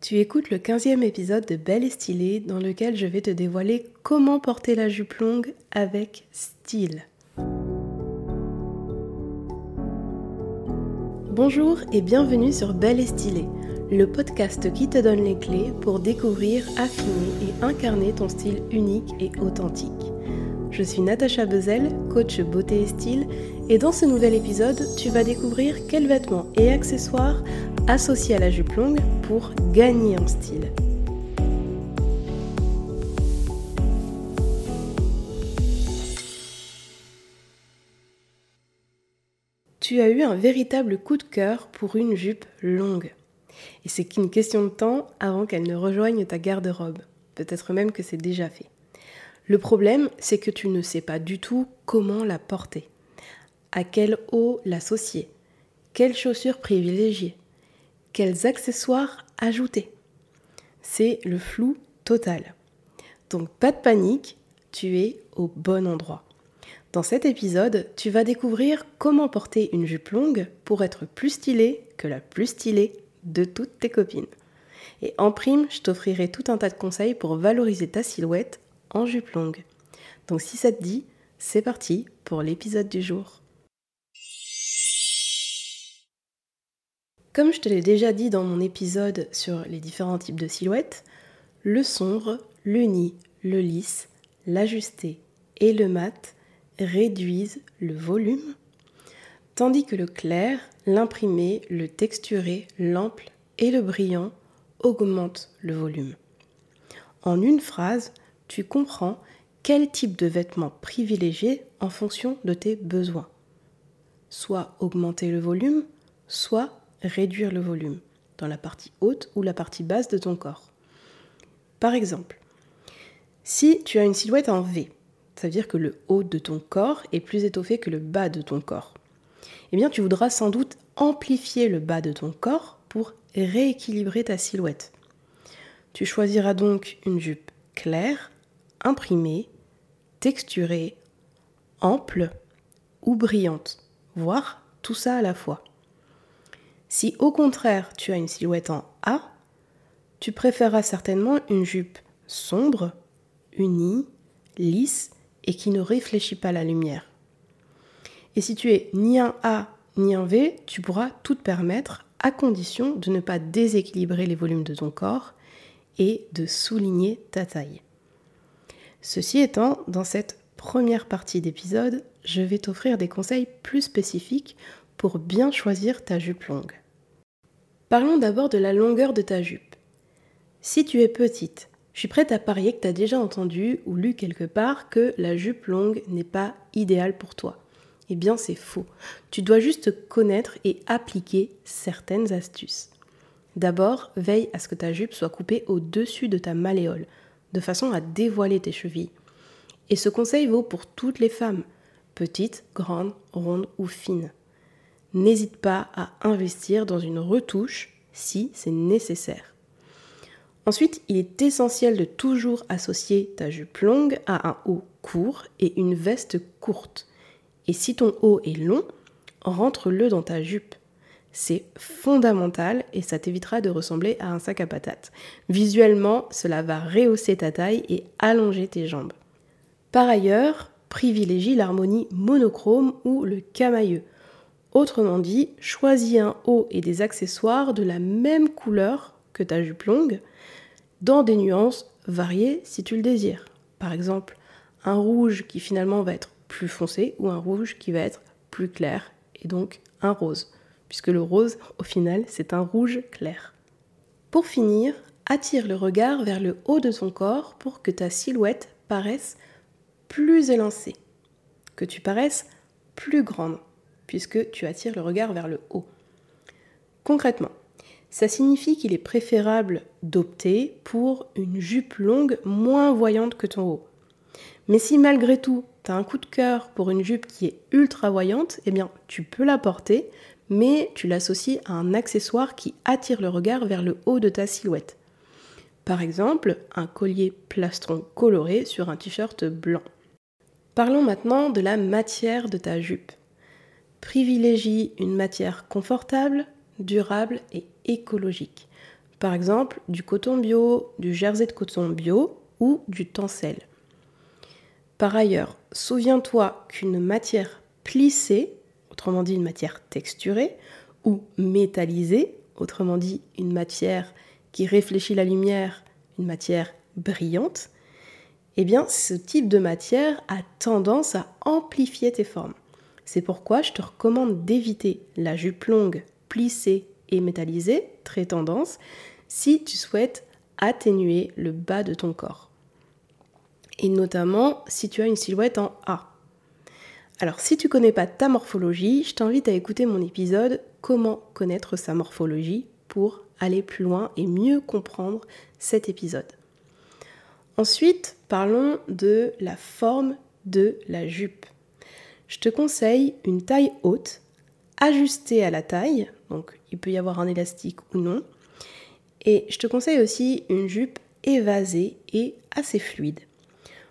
Tu écoutes le 15e épisode de Belle et Stylée dans lequel je vais te dévoiler comment porter la jupe longue avec style. Bonjour et bienvenue sur Belle et Stylée, le podcast qui te donne les clés pour découvrir, affiner et incarner ton style unique et authentique. Je suis Natacha Bezel, coach beauté et style, et dans ce nouvel épisode, tu vas découvrir quels vêtements et accessoires associés à la jupe longue pour gagner en style. Tu as eu un véritable coup de cœur pour une jupe longue. Et c'est qu'une question de temps avant qu'elle ne rejoigne ta garde-robe. Peut-être même que c'est déjà fait. Le problème, c'est que tu ne sais pas du tout comment la porter. À quel haut l'associer? Quelles chaussures privilégier? Quels accessoires ajouter? C'est le flou total. Donc pas de panique, tu es au bon endroit. Dans cet épisode, tu vas découvrir comment porter une jupe longue pour être plus stylée que la plus stylée de toutes tes copines. Et en prime, je t'offrirai tout un tas de conseils pour valoriser ta silhouette en jupe longue. Donc si ça te dit, c'est parti pour l'épisode du jour. Comme je te l'ai déjà dit dans mon épisode sur les différents types de silhouettes, le sombre, l'uni, le lisse, l'ajusté et le mat réduisent le volume, tandis que le clair, l'imprimé, le texturé, l'ample et le brillant augmentent le volume. En une phrase, tu comprends quel type de vêtements privilégier en fonction de tes besoins. Soit augmenter le volume, soit réduire le volume dans la partie haute ou la partie basse de ton corps. Par exemple, si tu as une silhouette en V, ça veut dire que le haut de ton corps est plus étoffé que le bas de ton corps. Eh bien, tu voudras sans doute amplifier le bas de ton corps pour rééquilibrer ta silhouette. Tu choisiras donc une jupe claire, imprimée, texturée, ample ou brillante, voire tout ça à la fois. Si au contraire tu as une silhouette en A, tu préféreras certainement une jupe sombre, unie, lisse et qui ne réfléchit pas la lumière. Et si tu es ni un A ni un V, tu pourras tout te permettre à condition de ne pas déséquilibrer les volumes de ton corps et de souligner ta taille. Ceci étant, dans cette première partie d'épisode, je vais t'offrir des conseils plus spécifiques pour bien choisir ta jupe longue. Parlons d'abord de la longueur de ta jupe. Si tu es petite, je suis prête à parier que tu as déjà entendu ou lu quelque part que la jupe longue n'est pas idéale pour toi. Eh bien, c'est faux. Tu dois juste connaître et appliquer certaines astuces. D'abord, veille à ce que ta jupe soit coupée au-dessus de ta malléole, de façon à dévoiler tes chevilles. Et ce conseil vaut pour toutes les femmes, petites, grandes, rondes ou fines. N'hésite pas à investir dans une retouche si c'est nécessaire. Ensuite, il est essentiel de toujours associer ta jupe longue à un haut court et une veste courte. Et si ton haut est long, rentre-le dans ta jupe. C'est fondamental et ça t'évitera de ressembler à un sac à patates. Visuellement, cela va rehausser ta taille et allonger tes jambes. Par ailleurs, privilégie l'harmonie monochrome ou le camailleux. Autrement dit, choisis un haut et des accessoires de la même couleur que ta jupe longue, dans des nuances variées si tu le désires. Par exemple, un rouge qui finalement va être plus foncé ou un rouge qui va être plus clair et donc un rose. Puisque le rose, au final, c'est un rouge clair. Pour finir, attire le regard vers le haut de ton corps pour que ta silhouette paraisse plus élancée, que tu paraisses plus grande, puisque tu attires le regard vers le haut. Concrètement, ça signifie qu'il est préférable d'opter pour une jupe longue moins voyante que ton haut. Mais si malgré tout, tu as un coup de cœur pour une jupe qui est ultra voyante, eh bien, tu peux la porter, mais tu l'associes à un accessoire qui attire le regard vers le haut de ta silhouette. Par exemple, un collier plastron coloré sur un t-shirt blanc. Parlons maintenant de la matière de ta jupe. Privilégie une matière confortable, durable et écologique. Par exemple, du coton bio, du jersey de coton bio ou du tencel. Par ailleurs, souviens-toi qu'une matière plissée, autrement dit une matière texturée, ou métallisée, autrement dit une matière qui réfléchit la lumière, une matière brillante, eh bien ce type de matière a tendance à amplifier tes formes. C'est pourquoi je te recommande d'éviter la jupe longue, plissée et métallisée, très tendance, si tu souhaites atténuer le bas de ton corps. Et notamment si tu as une silhouette en A. Alors si tu ne connais pas ta morphologie, je t'invite à écouter mon épisode « Comment connaître sa morphologie » pour aller plus loin et mieux comprendre cet épisode. Ensuite, parlons de la forme de la jupe. Je te conseille une taille haute, ajustée à la taille, donc il peut y avoir un élastique ou non. Et je te conseille aussi une jupe évasée et assez fluide. Pourquoi ?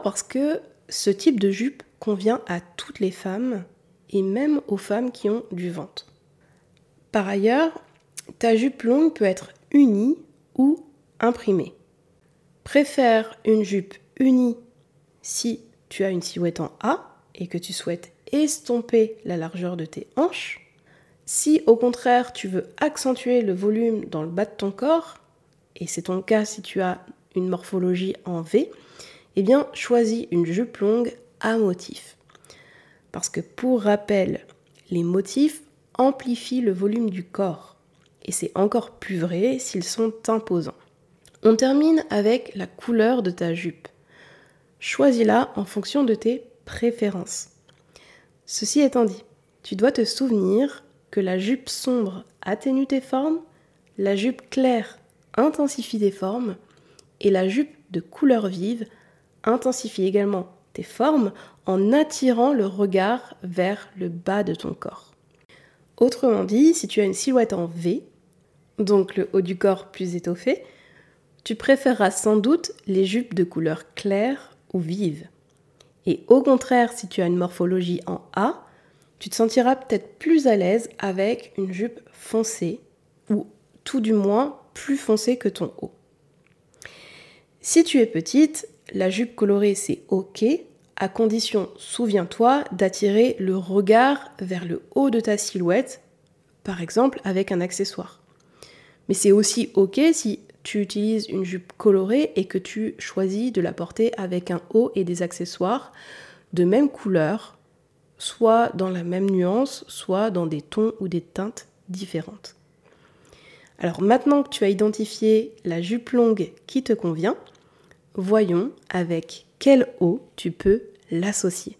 Parce que ce type de jupe convient à toutes les femmes et même aux femmes qui ont du ventre. Par ailleurs, ta jupe longue peut être unie ou imprimée. Préfère une jupe unie si tu as une silhouette en A et que tu souhaites estomper la largeur de tes hanches. Si au contraire tu veux accentuer le volume dans le bas de ton corps, et c'est ton cas si tu as une morphologie en V, eh bien choisis une jupe longue à motif. Parce que pour rappel, les motifs amplifient le volume du corps. Et c'est encore plus vrai s'ils sont imposants. On termine avec la couleur de ta jupe. Choisis-la en fonction de tes préférences. Ceci étant dit, tu dois te souvenir que la jupe sombre atténue tes formes, la jupe claire intensifie tes formes et la jupe de couleur vive intensifie également tes formes en attirant le regard vers le bas de ton corps. Autrement dit, si tu as une silhouette en V, donc le haut du corps plus étoffé, tu préféreras sans doute les jupes de couleur claire ou vive. Et au contraire, si tu as une morphologie en A, tu te sentiras peut-être plus à l'aise avec une jupe foncée ou tout du moins plus foncée que ton haut. Si tu es petite, la jupe colorée c'est ok, à condition, souviens-toi, d'attirer le regard vers le haut de ta silhouette, par exemple avec un accessoire. Mais c'est aussi ok si tu utilises une jupe colorée et que tu choisis de la porter avec un haut et des accessoires de même couleur, soit dans la même nuance, soit dans des tons ou des teintes différentes. Alors maintenant que tu as identifié la jupe longue qui te convient, voyons avec quel haut tu peux l'associer.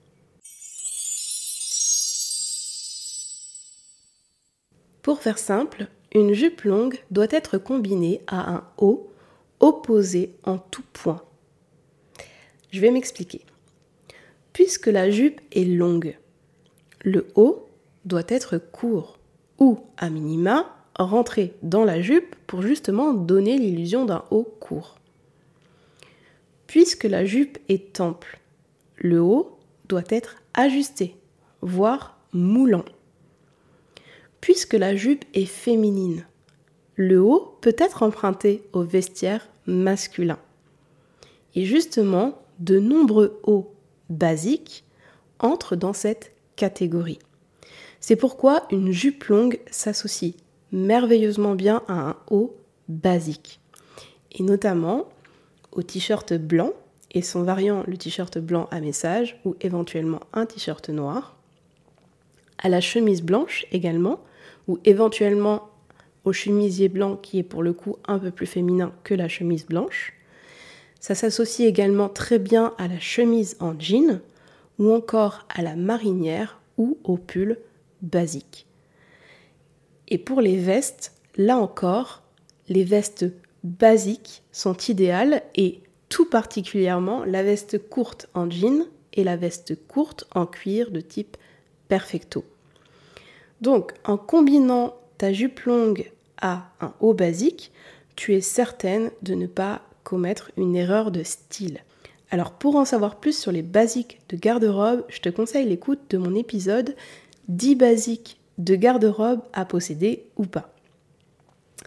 Pour faire simple, une jupe longue doit être combinée à un haut opposé en tout point. Je vais m'expliquer. Puisque la jupe est longue, le haut doit être court ou, à minima, rentrer dans la jupe pour justement donner l'illusion d'un haut court. Puisque la jupe est ample, le haut doit être ajusté, voire moulant. Puisque la jupe est féminine, le haut peut être emprunté au vestiaire masculin. Et justement, de nombreux hauts basiques entrent dans cette catégorie. C'est pourquoi une jupe longue s'associe merveilleusement bien à un haut basique. Et notamment au t-shirt blanc et son variant, le t-shirt blanc à message ou éventuellement un t-shirt noir, à la chemise blanche également, ou éventuellement au chemisier blanc qui est pour le coup un peu plus féminin que la chemise blanche. Ça s'associe également très bien à la chemise en jean ou encore à la marinière ou au pull basique. Et pour les vestes, là encore, les vestes basiques sont idéales et tout particulièrement la veste courte en jean et la veste courte en cuir de type perfecto. Donc, en combinant ta jupe longue à un haut basique, tu es certaine de ne pas commettre une erreur de style. Alors, pour en savoir plus sur les basiques de garde-robe, je te conseille l'écoute de mon épisode 10 basiques de garde-robe à posséder ou pas.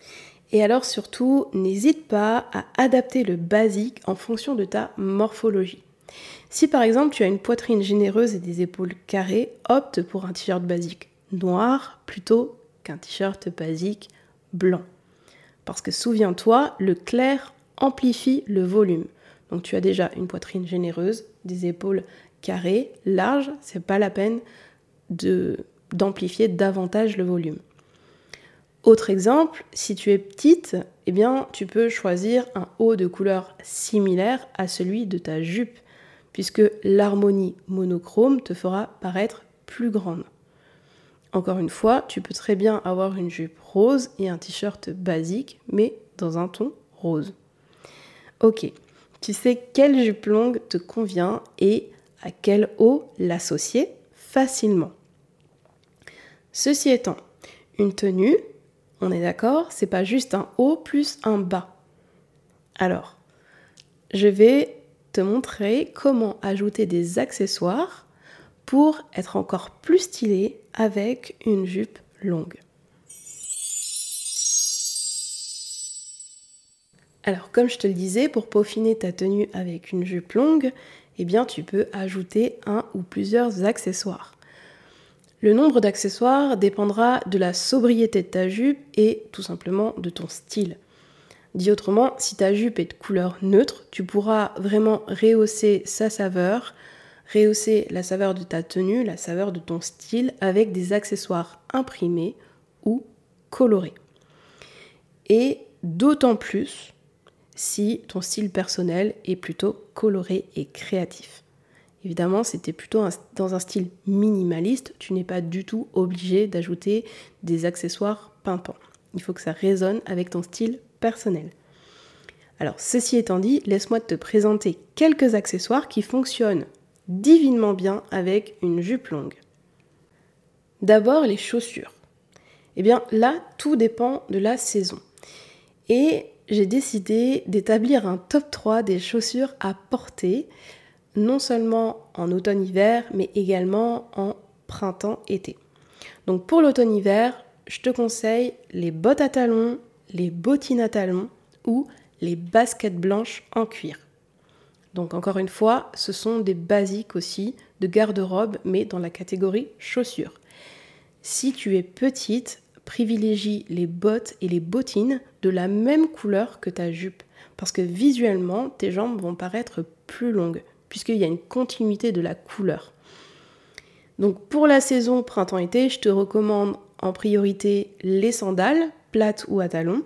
Et alors surtout, n'hésite pas à adapter le basique en fonction de ta morphologie. Si par exemple tu as une poitrine généreuse et des épaules carrées, opte pour un t-shirt basique noir plutôt qu'un t-shirt basique blanc. Parce que souviens-toi, le clair amplifie le volume. Donc tu as déjà une poitrine généreuse, des épaules carrées, larges, c'est pas la peine d'amplifier davantage le volume. Autre exemple, si tu es petite, eh bien, tu peux choisir un haut de couleur similaire à celui de ta jupe, puisque l'harmonie monochrome te fera paraître plus grande. Encore une fois, tu peux très bien avoir une jupe rose et un t-shirt basique, mais dans un ton rose. Ok, tu sais quelle jupe longue te convient et à quel haut l'associer facilement. Ceci étant, une tenue, on est d'accord, c'est pas juste un haut plus un bas. Alors, je vais te montrer comment ajouter des accessoires pour être encore plus stylé avec une jupe longue. Alors, comme je te le disais, pour peaufiner ta tenue avec une jupe longue, eh bien, tu peux ajouter un ou plusieurs accessoires. Le nombre d'accessoires dépendra de la sobriété de ta jupe et tout simplement de ton style. Dit autrement, si ta jupe est de couleur neutre, tu pourras vraiment rehausser sa saveur, rehausser la saveur de ta tenue, la saveur de ton style avec des accessoires imprimés ou colorés. Et d'autant plus si ton style personnel est plutôt coloré et créatif. Évidemment, si tu es plutôt dans un style minimaliste, tu n'es pas du tout obligé d'ajouter des accessoires pimpants. Il faut que ça résonne avec ton style personnel. Alors, ceci étant dit, laisse-moi te présenter quelques accessoires qui fonctionnent divinement bien avec une jupe longue. D'abord, les chaussures. Eh bien, là, tout dépend de la saison. Et j'ai décidé d'établir un top 3 des chaussures à porter, non seulement en automne-hiver, mais également en printemps-été. Donc pour l'automne-hiver, je te conseille les bottes à talons, les bottines à talons ou les baskets blanches en cuir. Donc encore une fois, ce sont des basiques aussi de garde-robe, mais dans la catégorie chaussures. Si tu es petite, privilégie les bottes et les bottines de la même couleur que ta jupe, parce que visuellement, tes jambes vont paraître plus longues, puisqu'il y a une continuité de la couleur. Donc pour la saison printemps-été, je te recommande en priorité les sandales, plates ou à talons,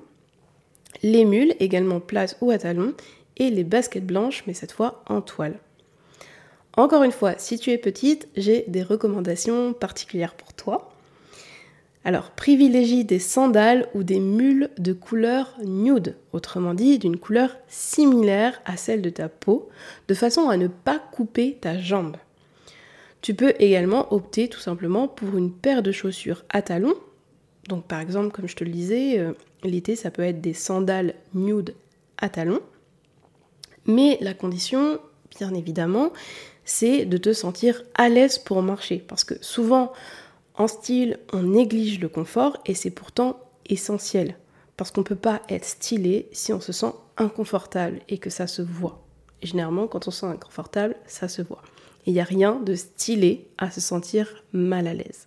les mules, également plates ou à talons, et les baskets blanches, mais cette fois en toile. Encore une fois, si tu es petite, j'ai des recommandations particulières pour toi. Alors, privilégie des sandales ou des mules de couleur nude, autrement dit d'une couleur similaire à celle de ta peau, de façon à ne pas couper ta jambe. Tu peux également opter tout simplement pour une paire de chaussures à talons. Donc par exemple, comme je te le disais, l'été ça peut être des sandales nude à talons. Mais la condition, bien évidemment, c'est de te sentir à l'aise pour marcher. Parce que souvent, en style, on néglige le confort et c'est pourtant essentiel. Parce qu'on ne peut pas être stylé si on se sent inconfortable et que ça se voit. Et généralement, quand on se sent inconfortable, ça se voit. Et il n'y a rien de stylé à se sentir mal à l'aise.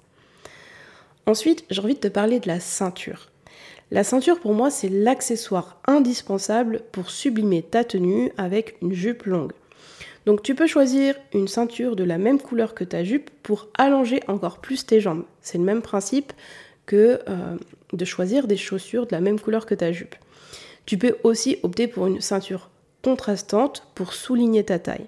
Ensuite, j'ai envie de te parler de la ceinture. La ceinture, pour moi, c'est l'accessoire indispensable pour sublimer ta tenue avec une jupe longue. Donc tu peux choisir une ceinture de la même couleur que ta jupe pour allonger encore plus tes jambes. C'est le même principe que de choisir des chaussures de la même couleur que ta jupe. Tu peux aussi opter pour une ceinture contrastante pour souligner ta taille.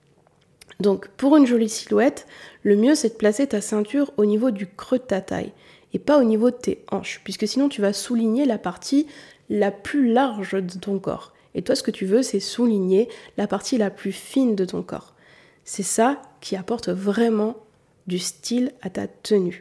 Donc pour une jolie silhouette, le mieux c'est de placer ta ceinture au niveau du creux de ta taille et pas au niveau de tes hanches, puisque sinon tu vas souligner la partie la plus large de ton corps. Et toi, ce que tu veux, c'est souligner la partie la plus fine de ton corps. C'est ça qui apporte vraiment du style à ta tenue.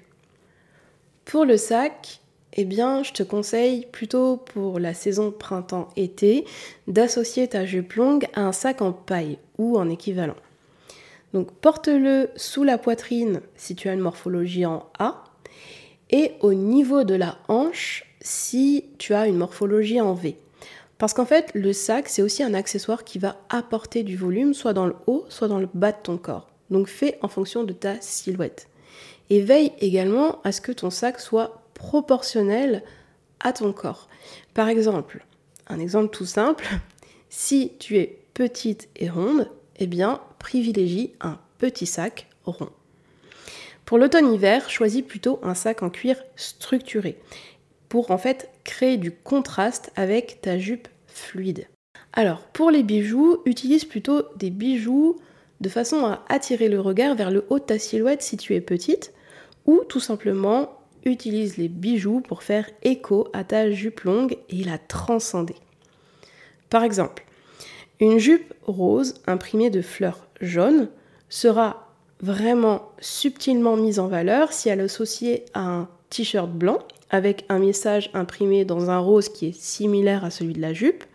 Pour le sac, eh bien, je te conseille plutôt pour la saison printemps-été d'associer ta jupe longue à un sac en paille ou en équivalent. Donc porte-le sous la poitrine si tu as une morphologie en A et au niveau de la hanche si tu as une morphologie en V. Parce qu'en fait, le sac, c'est aussi un accessoire qui va apporter du volume, soit dans le haut, soit dans le bas de ton corps. Donc fais en fonction de ta silhouette. Et veille également à ce que ton sac soit proportionnel à ton corps. Par exemple, un exemple tout simple, si tu es petite et ronde, eh bien, privilégie un petit sac rond. Pour l'automne-hiver, choisis plutôt un sac en cuir structuré pour en fait créer du contraste avec ta jupe fluide. Alors, pour les bijoux, utilise plutôt des bijoux de façon à attirer le regard vers le haut de ta silhouette si tu es petite, ou tout simplement utilise les bijoux pour faire écho à ta jupe longue et la transcender. Par exemple, une jupe rose imprimée de fleurs jaunes sera vraiment subtilement mise en valeur si elle est associée à un t-shirt blanc avec un message imprimé dans un rose qui est similaire à celui de la jupe.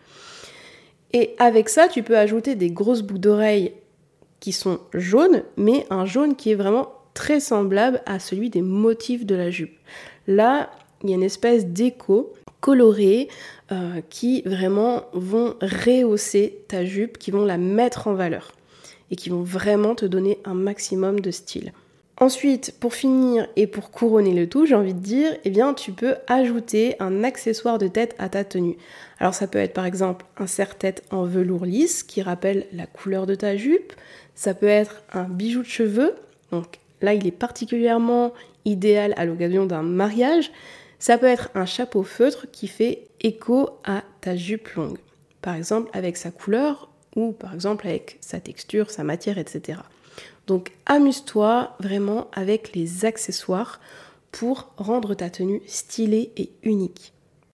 Et avec ça, tu peux ajouter des grosses boucles d'oreilles qui sont jaunes, mais un jaune qui est vraiment très semblable à celui des motifs de la jupe. Là, il y a une espèce d'écho coloré qui vraiment vont rehausser ta jupe, qui vont la mettre en valeur et qui vont vraiment te donner un maximum de style. Ensuite, pour finir et pour couronner le tout, j'ai envie de dire, eh bien, tu peux ajouter un accessoire de tête à ta tenue. Alors ça peut être par exemple un serre-tête en velours lisse qui rappelle la couleur de ta jupe. Ça peut être un bijou de cheveux. Donc là, il est particulièrement idéal à l'occasion d'un mariage. Ça peut être un chapeau feutre qui fait écho à ta jupe longue. Par exemple avec sa couleur ou par exemple avec sa texture, sa matière, etc. Donc amuse-toi vraiment avec les accessoires pour rendre ta tenue stylée et unique.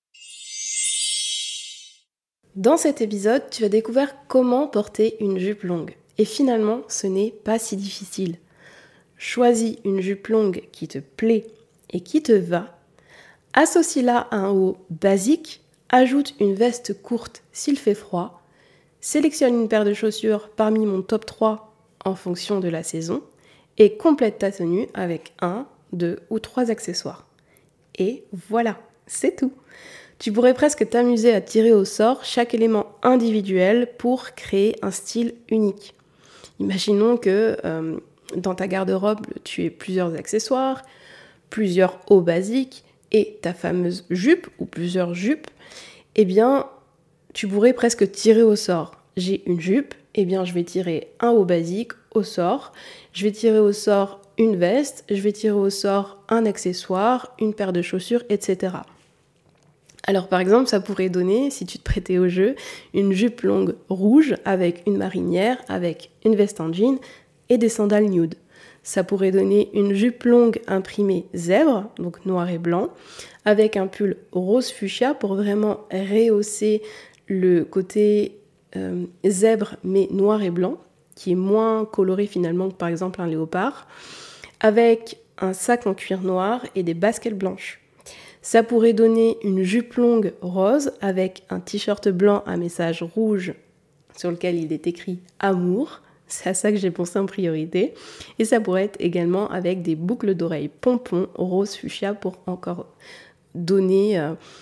Dans cet épisode, tu as découvert comment porter une jupe longue. Et finalement, ce n'est pas si difficile. Choisis une jupe longue qui te plaît et qui te va. Associe-la à un haut basique. Ajoute une veste courte s'il fait froid. Sélectionne une paire de chaussures parmi mon top 3 en fonction de la saison et complète ta tenue avec 1, 2 ou 3 accessoires. Et voilà, c'est tout. Tu pourrais presque t'amuser à tirer au sort chaque élément individuel pour créer un style unique. Imaginons que dans ta garde-robe, tu aies plusieurs accessoires, plusieurs hauts basiques et ta fameuse jupe ou plusieurs jupes. Eh bien, tu pourrais presque tirer au sort. J'ai une jupe, eh bien je vais tirer un haut basique au sort. Je vais tirer au sort une veste, je vais tirer au sort un accessoire, une paire de chaussures, etc. Alors par exemple, ça pourrait donner, si tu te prêtais au jeu, une jupe longue rouge avec une marinière, avec une veste en jean et des sandales nude. Ça pourrait donner une jupe longue imprimée zèbre, donc noir et blanc, avec un pull rose fuchsia pour vraiment rehausser le côté zèbre mais noir et blanc, qui est moins coloré finalement que par exemple un léopard, avec un sac en cuir noir et des baskets blanches. Ça pourrait donner une jupe longue rose avec un t-shirt blanc à message rouge sur lequel il est écrit « Amour ». C'est à ça que j'ai pensé en priorité. Et ça pourrait être également avec des boucles d'oreilles pompons rose fuchsia pour encore donner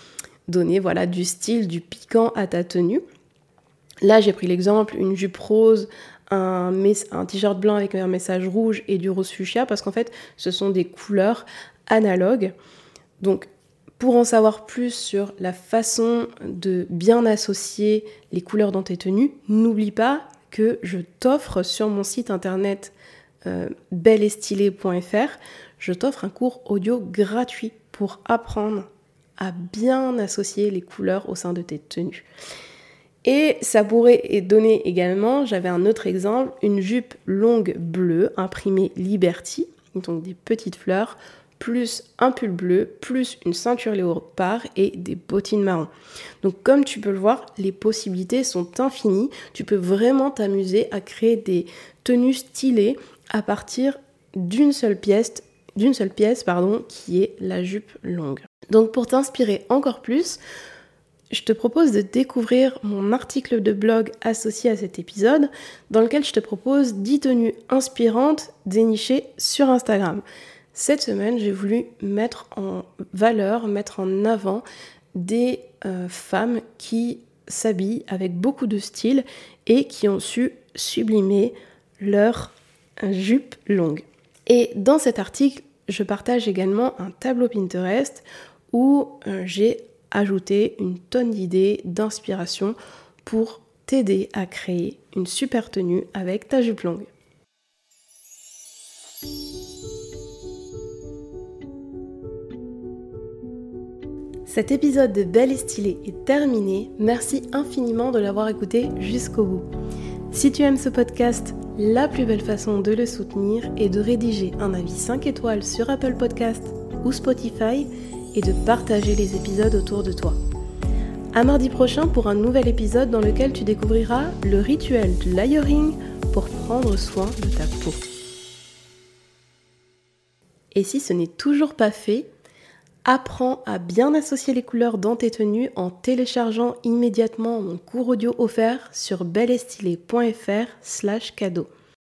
voilà, du style, du piquant à ta tenue. Là, j'ai pris l'exemple, une jupe rose, un t-shirt blanc avec un message rouge et du rose fuchsia parce qu'en fait, ce sont des couleurs analogues. Donc, pour en savoir plus sur la façon de bien associer les couleurs dans tes tenues, n'oublie pas que je t'offre sur mon site internet belleestylée.fr, je t'offre un cours audio gratuit pour apprendre à bien associer les couleurs au sein de tes tenues. Et ça pourrait donner également, j'avais un autre exemple, une jupe longue bleue imprimée Liberty, donc des petites fleurs, plus un pull bleu, plus une ceinture léopard et des bottines marron. Donc comme tu peux le voir, les possibilités sont infinies. Tu peux vraiment t'amuser à créer des tenues stylées à partir d'une seule pièce, qui est la jupe longue. Donc pour t'inspirer encore plus, je te propose de découvrir mon article de blog associé à cet épisode, dans lequel je te propose 10 tenues inspirantes dénichées sur Instagram. Cette semaine, j'ai voulu mettre en valeur, mettre en avant des femmes qui s'habillent avec beaucoup de style et qui ont su sublimer leur jupe longue. Et dans cet article, je partage également un tableau Pinterest où j'ai ajouté une tonne d'idées, d'inspiration pour t'aider à créer une super tenue avec ta jupe longue. Cet épisode de Belle et Stylée est terminé. Merci infiniment de l'avoir écouté jusqu'au bout. Si tu aimes ce podcast, la plus belle façon de le soutenir est de rédiger un avis 5 étoiles sur Apple Podcast ou Spotify et de partager les épisodes autour de toi. À mardi prochain pour un nouvel épisode dans lequel tu découvriras le rituel du layering pour prendre soin de ta peau. Et si ce n'est toujours pas fait, apprends à bien associer les couleurs dans tes tenues en téléchargeant immédiatement mon cours audio offert sur belleestylée.fr/cadeau.